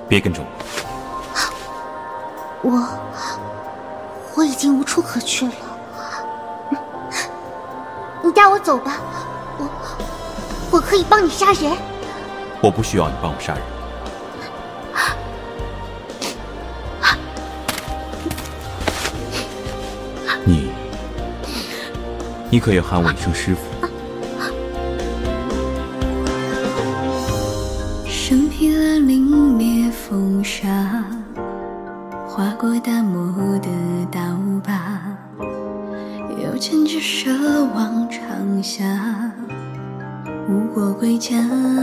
别跟着我。我已经无处可去了，你带我走吧，我可以帮你杀人。 我不需要你帮我杀人。你可以喊我一声师父。 身披了凛冽风沙，划过大漠的刀疤，又牵着蛇往长夏，无国归家。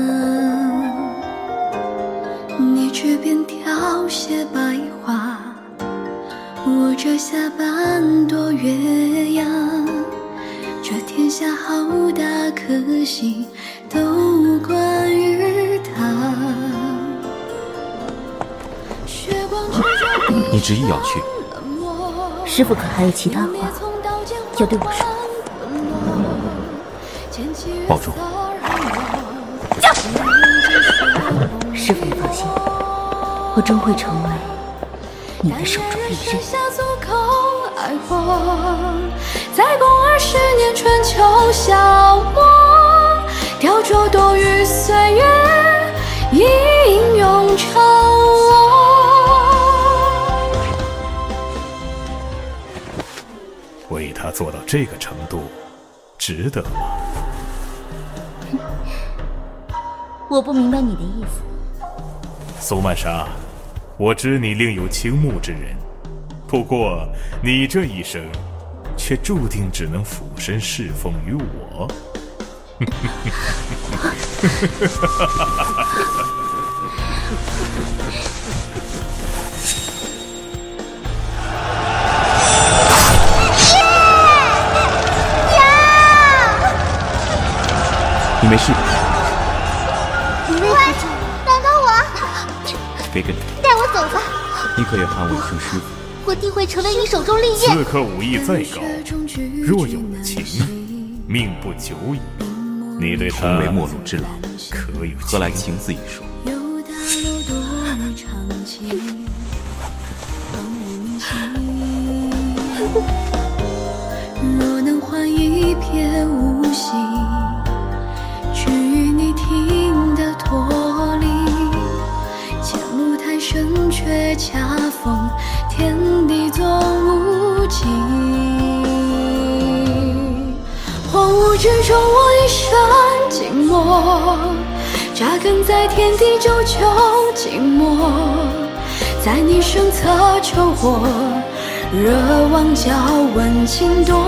你这边凋谢白花，我这下半朵月牙。这天下好大，可惜都关于他。 你执意要去？ 师父可还有其他话要对我说？ 保重。 师父你放心，我终会成为你的手中丽人。 再过20年春秋笑我，雕琢多余岁月，英勇超我。 为他做到这个程度，值得吗？ 我不明白你的意思。 苏曼莎，我知你另有倾慕之人，不过你这一生却注定只能俯身侍奉于我。 你没事吧？ 你为何这样？等等我！ 别跟着， 带我走吧。 你可以喊我一声师父。 我定会成为你手中丽叶。 刺客武艺再高，若有了情，命不久矣。你对他身为末路之郎， 可有何来情字一说？ 若能换一片无息，只与你听得脱离。前路太深，却恰逢天地总无尽。荒芜之中，我一身静默，扎根在天地久久静默，在你身侧求活，热望交闻情多。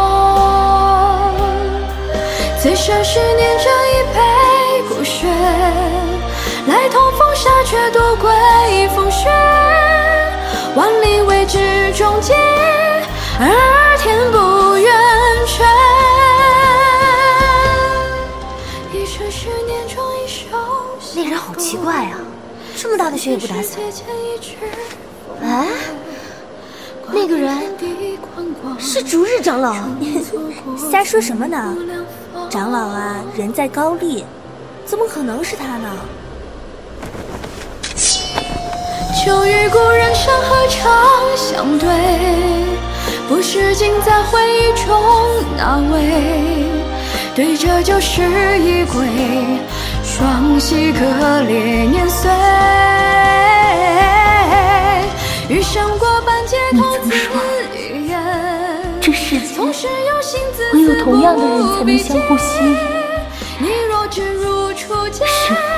最深10年这一杯骨血，来同风沙却夺归风雪。万里未知终结，而天不远却。一生10年中一首那人好奇怪啊，这么大的雪也不打伞。哎，那个人是逐日长老。 瞎说什么呢？长老啊，人在高丽，怎么可能是他呢？ 就与故人山河常相对，不是尽在回忆中那位，对着旧时衣柜，双膝割裂年岁。余生过半截童子语言， 这世间唯有同样的人才能相互吸引。 你若只如初见。